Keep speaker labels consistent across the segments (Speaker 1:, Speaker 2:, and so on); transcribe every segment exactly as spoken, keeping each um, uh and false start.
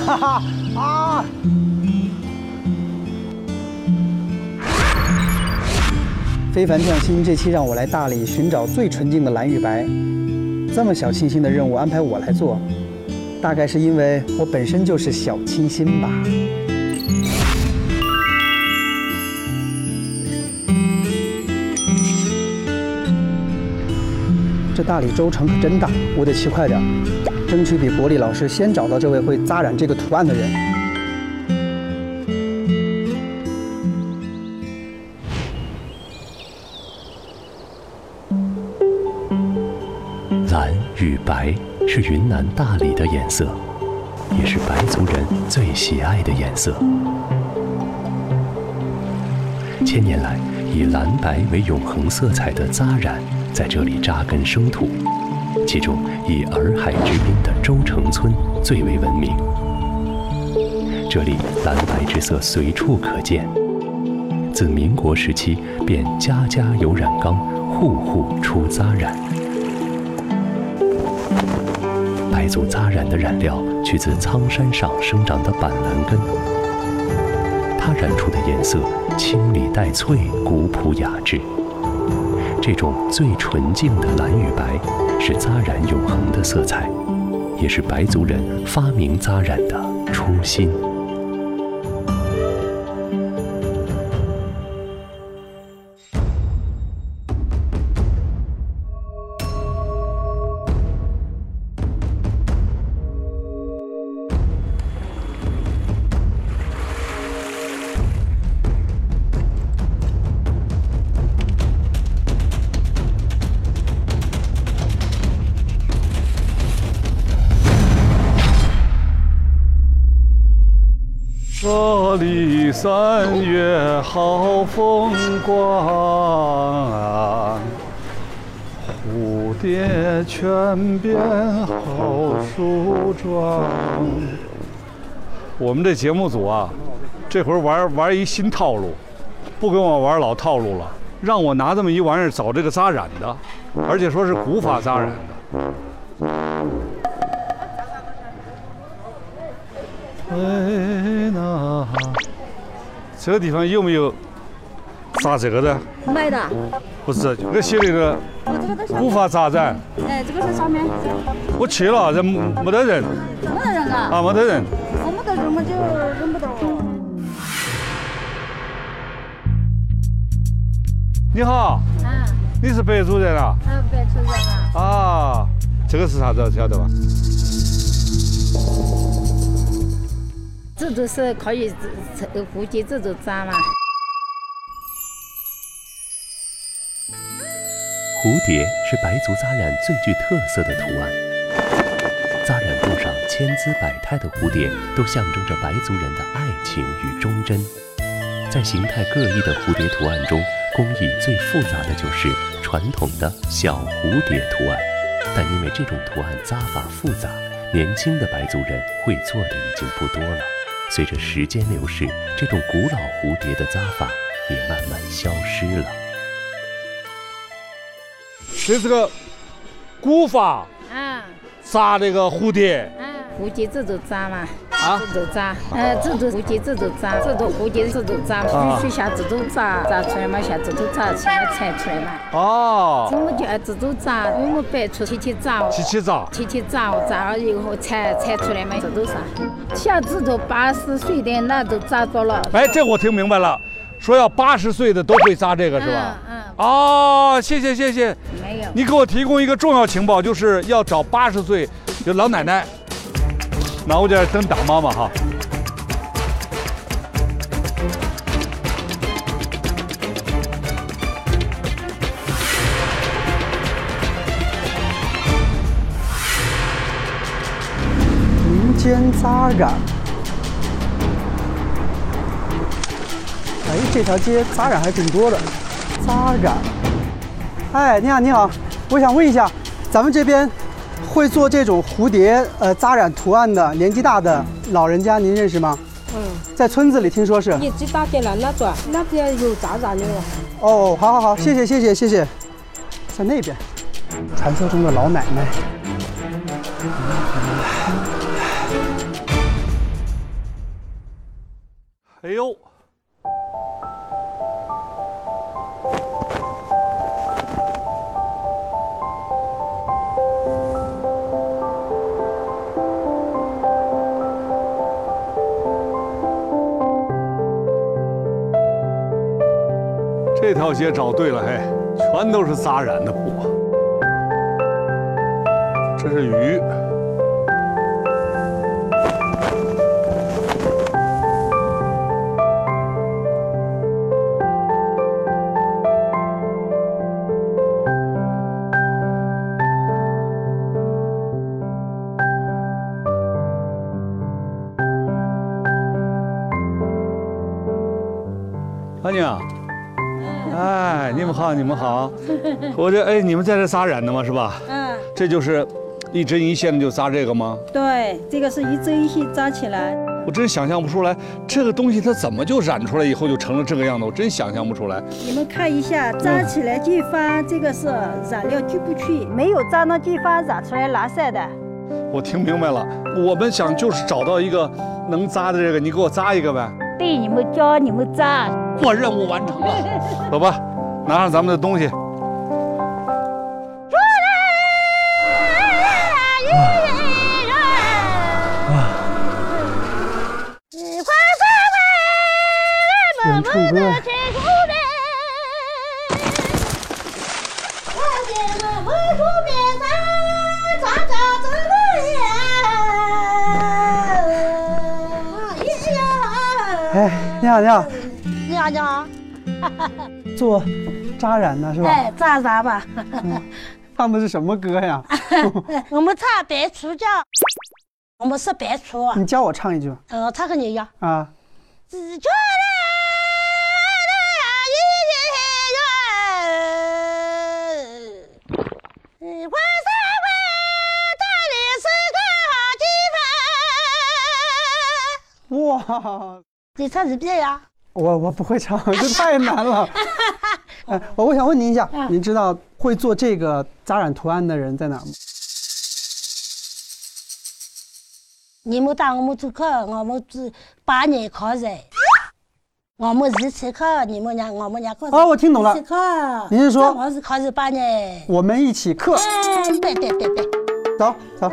Speaker 1: 哈哈啊！非凡匠心这期让我来大理寻找最纯净的蓝与白，这么小清新的任务安排我来做，大概是因为我本身就是小清新吧。这大理州城可真大，我得骑快点，争取比伯利老师先找到这位会扎染这个图案的人。
Speaker 2: 蓝与白是云南大理的颜色，也是白族人最喜爱的颜色。千年来，以蓝白为永恒色彩的扎染在这里扎根生土，其中以洱海之滨的周城村最为闻名。这里蓝白之色随处可见，自民国时期便家家有染缸，户户出扎染。白族扎染的染料取自苍山上生长的板蓝根，它染出的颜色清丽带翠，古朴雅致。这种最纯净的蓝与白，是扎染永恒的色彩，也是白族人发明扎染的初心。
Speaker 3: 这里三月好风光啊，蝴蝶泉边好梳妆。我们这节目组啊，这会儿玩玩一新套路，不跟我玩老套路了，让我拿这么一玩意儿找这个扎染的，而且说是古法扎染的。哎那，这个地方有没有扎这个的？
Speaker 4: 没的。
Speaker 3: 不是，这个写的个古法扎染。
Speaker 4: 哎，这个是上面。
Speaker 3: 我去了，这没得人。
Speaker 4: 没得人啊？
Speaker 3: 啊，没得人。
Speaker 4: 我没得人，我就认不到。
Speaker 3: 你好。
Speaker 4: 啊。
Speaker 3: 你是白族人啊？
Speaker 4: 啊，白族人啊。
Speaker 3: 啊，这个是啥子？晓得吧？
Speaker 4: 这都是可以蝴蝶这种扎嘛。
Speaker 2: 蝴蝶是白族扎染最具特色的图案，扎染布上千姿百态的蝴蝶，都象征着白族人的爱情与忠贞。在形态各异的蝴蝶图案中，工艺最复杂的就是传统的小蝴蝶图案，但因为这种图案扎法复杂，年轻的白族人会做的已经不多了。随着时间流逝，这种古老蝴蝶的扎法也慢慢消失了。
Speaker 3: 这是个古法
Speaker 4: 啊，
Speaker 3: 扎那个蝴蝶。
Speaker 4: 啊，蝴蝶这种扎嘛。
Speaker 3: 啊，
Speaker 4: 这种扎，呃，这种蝴蝶这种扎，这种蝴蝶这种扎，必须像这种扎扎出来嘛，像这种扎才能裁出来嘛。
Speaker 3: 哦。
Speaker 4: 我们就按这种扎，我们白出提提扎，
Speaker 3: 提提扎，
Speaker 4: 提提扎，扎了以后裁裁出来嘛，这种啥？像这种八十岁的那都扎着了。
Speaker 3: 哎，这我听明白了，说要八十岁的都会扎这个是吧？
Speaker 4: 嗯。嗯
Speaker 3: 哦，谢谢谢谢。
Speaker 4: 没有。
Speaker 3: 你给我提供一个重要情报，就是要找八十岁就老奶奶。那我就等大妈嘛哈。
Speaker 1: 民间扎染。哎，这条街扎染还挺多的。扎染。哎，你好，你好，我想问一下，咱们这边会做这种蝴蝶呃扎染图案的年纪大的老人家，您认识吗？
Speaker 5: 嗯，
Speaker 1: 在村子里听说是。
Speaker 5: 年纪大点了，那个那边有扎染的了。
Speaker 1: 哦，好好好，谢谢谢谢谢谢。在那边，传说中的老奶奶。
Speaker 3: 哎呦，这条街找对了，嘿，全都是扎染的布。这是鱼。安妮啊。 哎，你们好，你们好，我这哎，你们在这扎染的吗？是吧？
Speaker 5: 嗯，
Speaker 3: 这就是一针一线的就扎这个吗？
Speaker 5: 对，这个是一针一线扎起来。
Speaker 3: 我真想象不出来，这个东西它怎么就染出来以后就成了这个样子？我真想象不出来。
Speaker 5: 你们看一下，扎起来地方，这个是染料进不去，没有扎那地方染出来蓝色的。
Speaker 3: 我听明白了，我们想就是找到一个能扎的这个，你给我扎一个呗。
Speaker 4: 对，你们教你们扎。
Speaker 3: 我任务完成了，走吧，拿上咱们的东西。
Speaker 1: 有人唱歌。哎，你好，你好。
Speaker 6: 你好，你好，
Speaker 1: 做扎染的是吧？
Speaker 6: 哎，扎染吧。
Speaker 1: 嗯，唱的是什么歌呀？
Speaker 6: 我们唱白锄叫，我们是白锄。
Speaker 1: 你教我唱一句。
Speaker 6: 嗯，我唱给你呀。
Speaker 1: 啊。
Speaker 6: 自觉
Speaker 1: 哇！
Speaker 6: 你唱一遍呀。
Speaker 1: 我我不会唱，这太难了。哎，我我想问您一下，您知道会做这个扎染图案的人在哪吗？
Speaker 6: 你们当我们做客，我们是八年考试，我们一起考，你们俩我们俩考。
Speaker 1: 哦，我听懂了。
Speaker 6: 一起考。
Speaker 1: 您是说
Speaker 6: 我是考试八年？
Speaker 1: 我们一起刻。
Speaker 6: 哎，对对对对。
Speaker 1: 走走。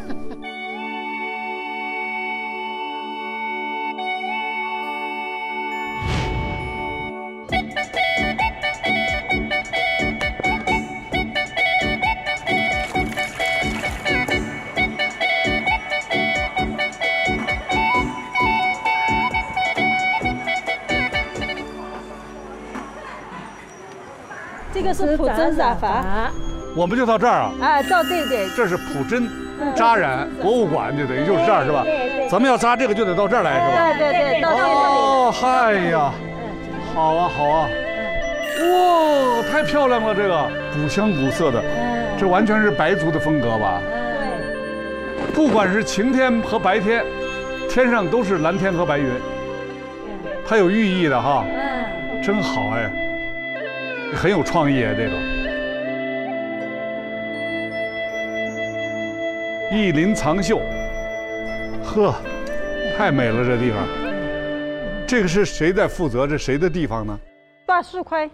Speaker 5: 这个是普针染法，
Speaker 3: 我们就到这儿啊？
Speaker 5: 哎，到对对，
Speaker 3: 这是普针扎染博物馆，就等于就是这儿是吧？
Speaker 5: 对对。
Speaker 3: 咱们要扎这个就得到这儿来是吧？
Speaker 5: 对对对，到这里。
Speaker 3: 哦，嗨呀，好啊好啊，哇，太漂亮了，这个古香古色的，这完全是白族的风格吧？
Speaker 5: 对。
Speaker 3: 不管是晴天和白天，天上都是蓝天和白云，它有寓意的哈。嗯。真好哎。 很有创意啊，这个意林藏绣，呵，太美了这地方。这个是谁在负责？这谁的地方呢？
Speaker 5: 段树坤。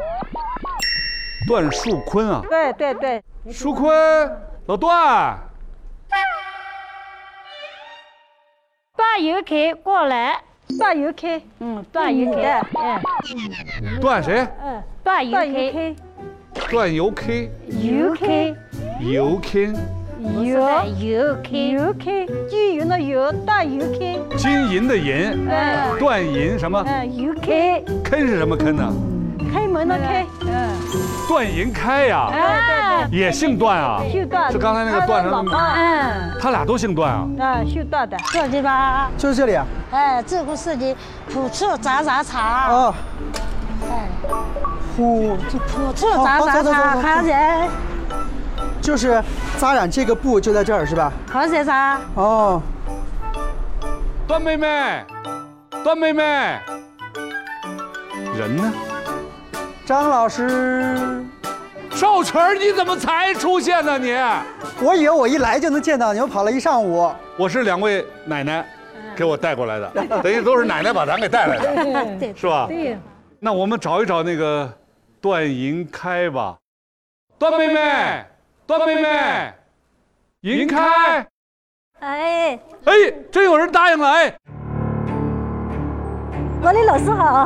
Speaker 3: 段树坤啊？
Speaker 5: 对对对。
Speaker 3: 树坤，老段。
Speaker 4: 段友凯过来。
Speaker 5: 段友凯，
Speaker 4: 嗯，段友凯，
Speaker 3: 嗯，段谁？
Speaker 5: 嗯，
Speaker 4: 段友凯，
Speaker 3: 段友 K，
Speaker 4: 友凯，
Speaker 3: 友 K，
Speaker 4: 友友 K，
Speaker 5: 友 K， 金银的友，段友凯，
Speaker 3: 金银的银，
Speaker 5: 嗯，
Speaker 3: 段银什么？
Speaker 5: 嗯，友凯，
Speaker 3: 坑是什么坑呢？
Speaker 5: 开门的开，嗯，
Speaker 3: 段银开呀，
Speaker 5: 哎，
Speaker 3: 也姓段啊？
Speaker 5: 姓段，
Speaker 3: 是刚才那个段上，
Speaker 5: 嗯，
Speaker 3: 他俩都姓段啊？
Speaker 5: 啊，姓段的，
Speaker 6: 这地方。
Speaker 1: 就是这里啊。
Speaker 6: 哎，这个是你普处扎染厂。
Speaker 1: 哦。
Speaker 6: 哎。
Speaker 1: 普
Speaker 6: 这普处扎染厂，看见？
Speaker 1: 就是扎染这个布就在这儿是吧？
Speaker 6: 看见啥？
Speaker 1: 哦。
Speaker 3: 段妹妹，段妹妹，人呢？
Speaker 1: 张老师。
Speaker 3: 少全，你怎么才出现呢？你？
Speaker 1: 我以为我一来就能见到你，我跑了一上午。
Speaker 3: 我是两位奶奶。 给我带过来的，等于都是奶奶把咱给带来的，
Speaker 5: 对，
Speaker 3: 是吧？
Speaker 5: 对。
Speaker 3: 那我们找一找那个段银开吧。段妹妹，段妹妹，银开。
Speaker 5: 哎，
Speaker 3: 哎，真有人答应了哎。
Speaker 5: 王丽老师好。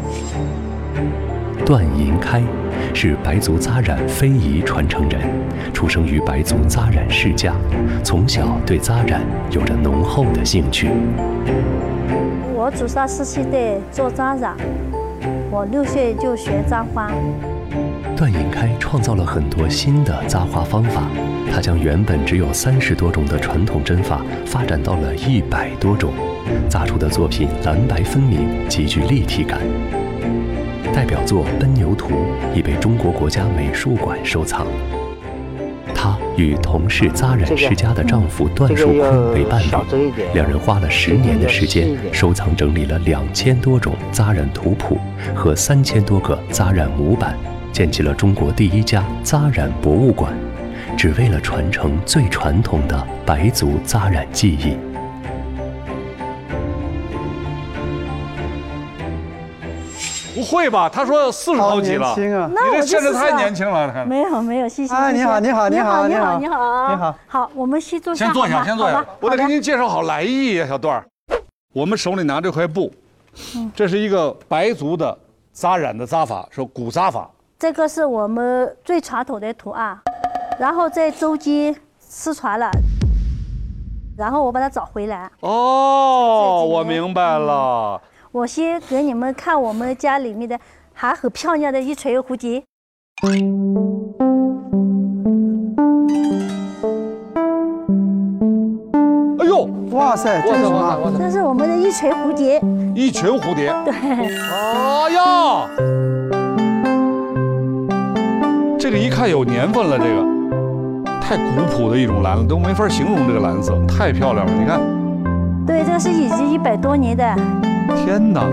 Speaker 2: 段银开是白族扎染非遗传承人，出生于白族扎染世家，从小对扎染有着浓厚的兴趣。
Speaker 5: 我祖上十七代做扎染，我六岁就学扎花。
Speaker 2: 段银开创造了很多新的扎花方法，他将原本只有三十多种的传统针法发展到了一百多种，扎出的作品蓝白分明，极具立体感。代表作《奔牛图》已被中国国家美术馆收藏。她与同是扎染世家的丈夫段树坤为伴侣，两人花了十年的时间，收藏整理了两千多种扎染图谱和三千多个扎染模板，建起了中国第一家扎染博物馆，只为了传承最传统的白族扎染技艺。
Speaker 3: 不会吧？他说四十好几了，
Speaker 1: 好年轻啊！
Speaker 3: 你这现在太年轻了，看。
Speaker 5: 没有没有，谢谢。
Speaker 1: 哎，你好，你好，你好，
Speaker 5: 你好，你好，
Speaker 1: 你好。
Speaker 5: 好，我们先坐下。
Speaker 3: 先坐下，先坐下。我得给您
Speaker 5: 您。
Speaker 3: 介绍好来意呀，小段儿。我们手里拿这块布，这是一个白族的扎染的扎法，是古扎法。
Speaker 5: 这个是我们最传统的图案，然后在周间失传了，然后我把它找回来。
Speaker 3: 哦，我明白了。
Speaker 5: 我先给你们看我们家里面的还很漂亮的一锤蝴蝶。
Speaker 3: 哎呦，
Speaker 1: 哇塞，这是什么？
Speaker 5: 这是我们的一锤蝴蝶。
Speaker 3: 一群蝴蝶。
Speaker 5: 对。
Speaker 3: 哎呀，这个一看有年份了，这个太古朴的一种蓝了，都没法形容这个蓝色，太漂亮了。你看。
Speaker 5: 对，这是已经一百多年的。
Speaker 3: 天哪！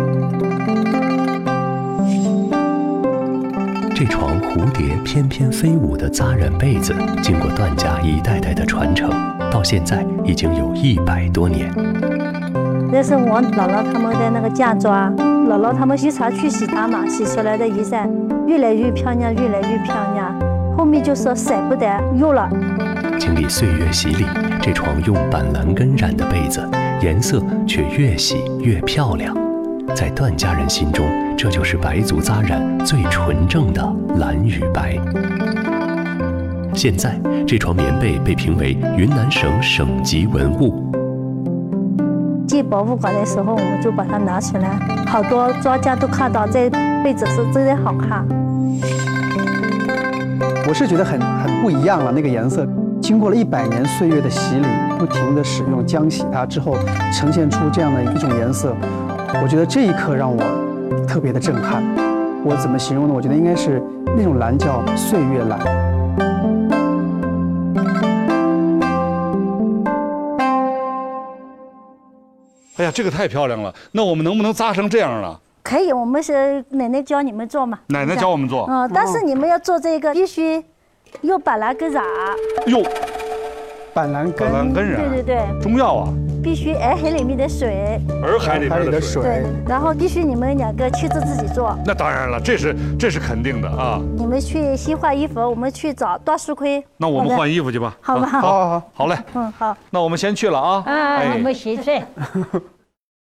Speaker 2: 这床蝴蝶翩翩飞舞的扎染被子，经过段家一代代的传承，到现在已经有一百多年。
Speaker 5: 这是我姥姥他们的那个嫁妆，姥姥他们经常去洗它嘛，洗出来的衣衫越来越漂亮，越来越漂亮。后面就说舍不得用了。
Speaker 2: 经历岁月洗礼，这床用板蓝根染的被子，颜色却越洗越漂亮。在段家人心中，这就是白族扎染最纯正的蓝与白。现在，这床棉被被评为云南省省级文物。
Speaker 5: 进博物馆的时候，我们就把它拿出来，好多庄家都看到这被子是真的好看。
Speaker 1: 我是觉得很很不一样了，那个颜色。经过了一百年岁月的洗礼，不停的使用浆洗它之后，呈现出这样的一种颜色，我觉得这一刻让我特别的震撼。我怎么形容呢？我觉得应该是那种蓝叫岁月蓝。
Speaker 3: 哎呀，这个太漂亮了！那我们能不能扎成这样了？
Speaker 5: 可以，我们是奶奶教你们做嘛。
Speaker 3: 奶奶教我们做。
Speaker 5: 嗯，但是你们要做这个必须用板蓝根染。
Speaker 3: 哟，
Speaker 1: 板蓝根。
Speaker 3: 板蓝根染。
Speaker 5: 对对对。
Speaker 3: 中药啊。
Speaker 5: 必须洱海里面的水。
Speaker 3: 洱海里面的水。
Speaker 5: 对，然后必须你们两个亲自自己做。
Speaker 3: 那当然了，这是这是肯定的啊。
Speaker 5: 你们去先换衣服，我们去找段树坤。
Speaker 3: 那我们换衣服去吧。
Speaker 5: 好吧。
Speaker 1: 好好好，
Speaker 3: 好嘞。
Speaker 5: 嗯，好。
Speaker 3: 那我们先去了啊。
Speaker 4: 啊，我们先去。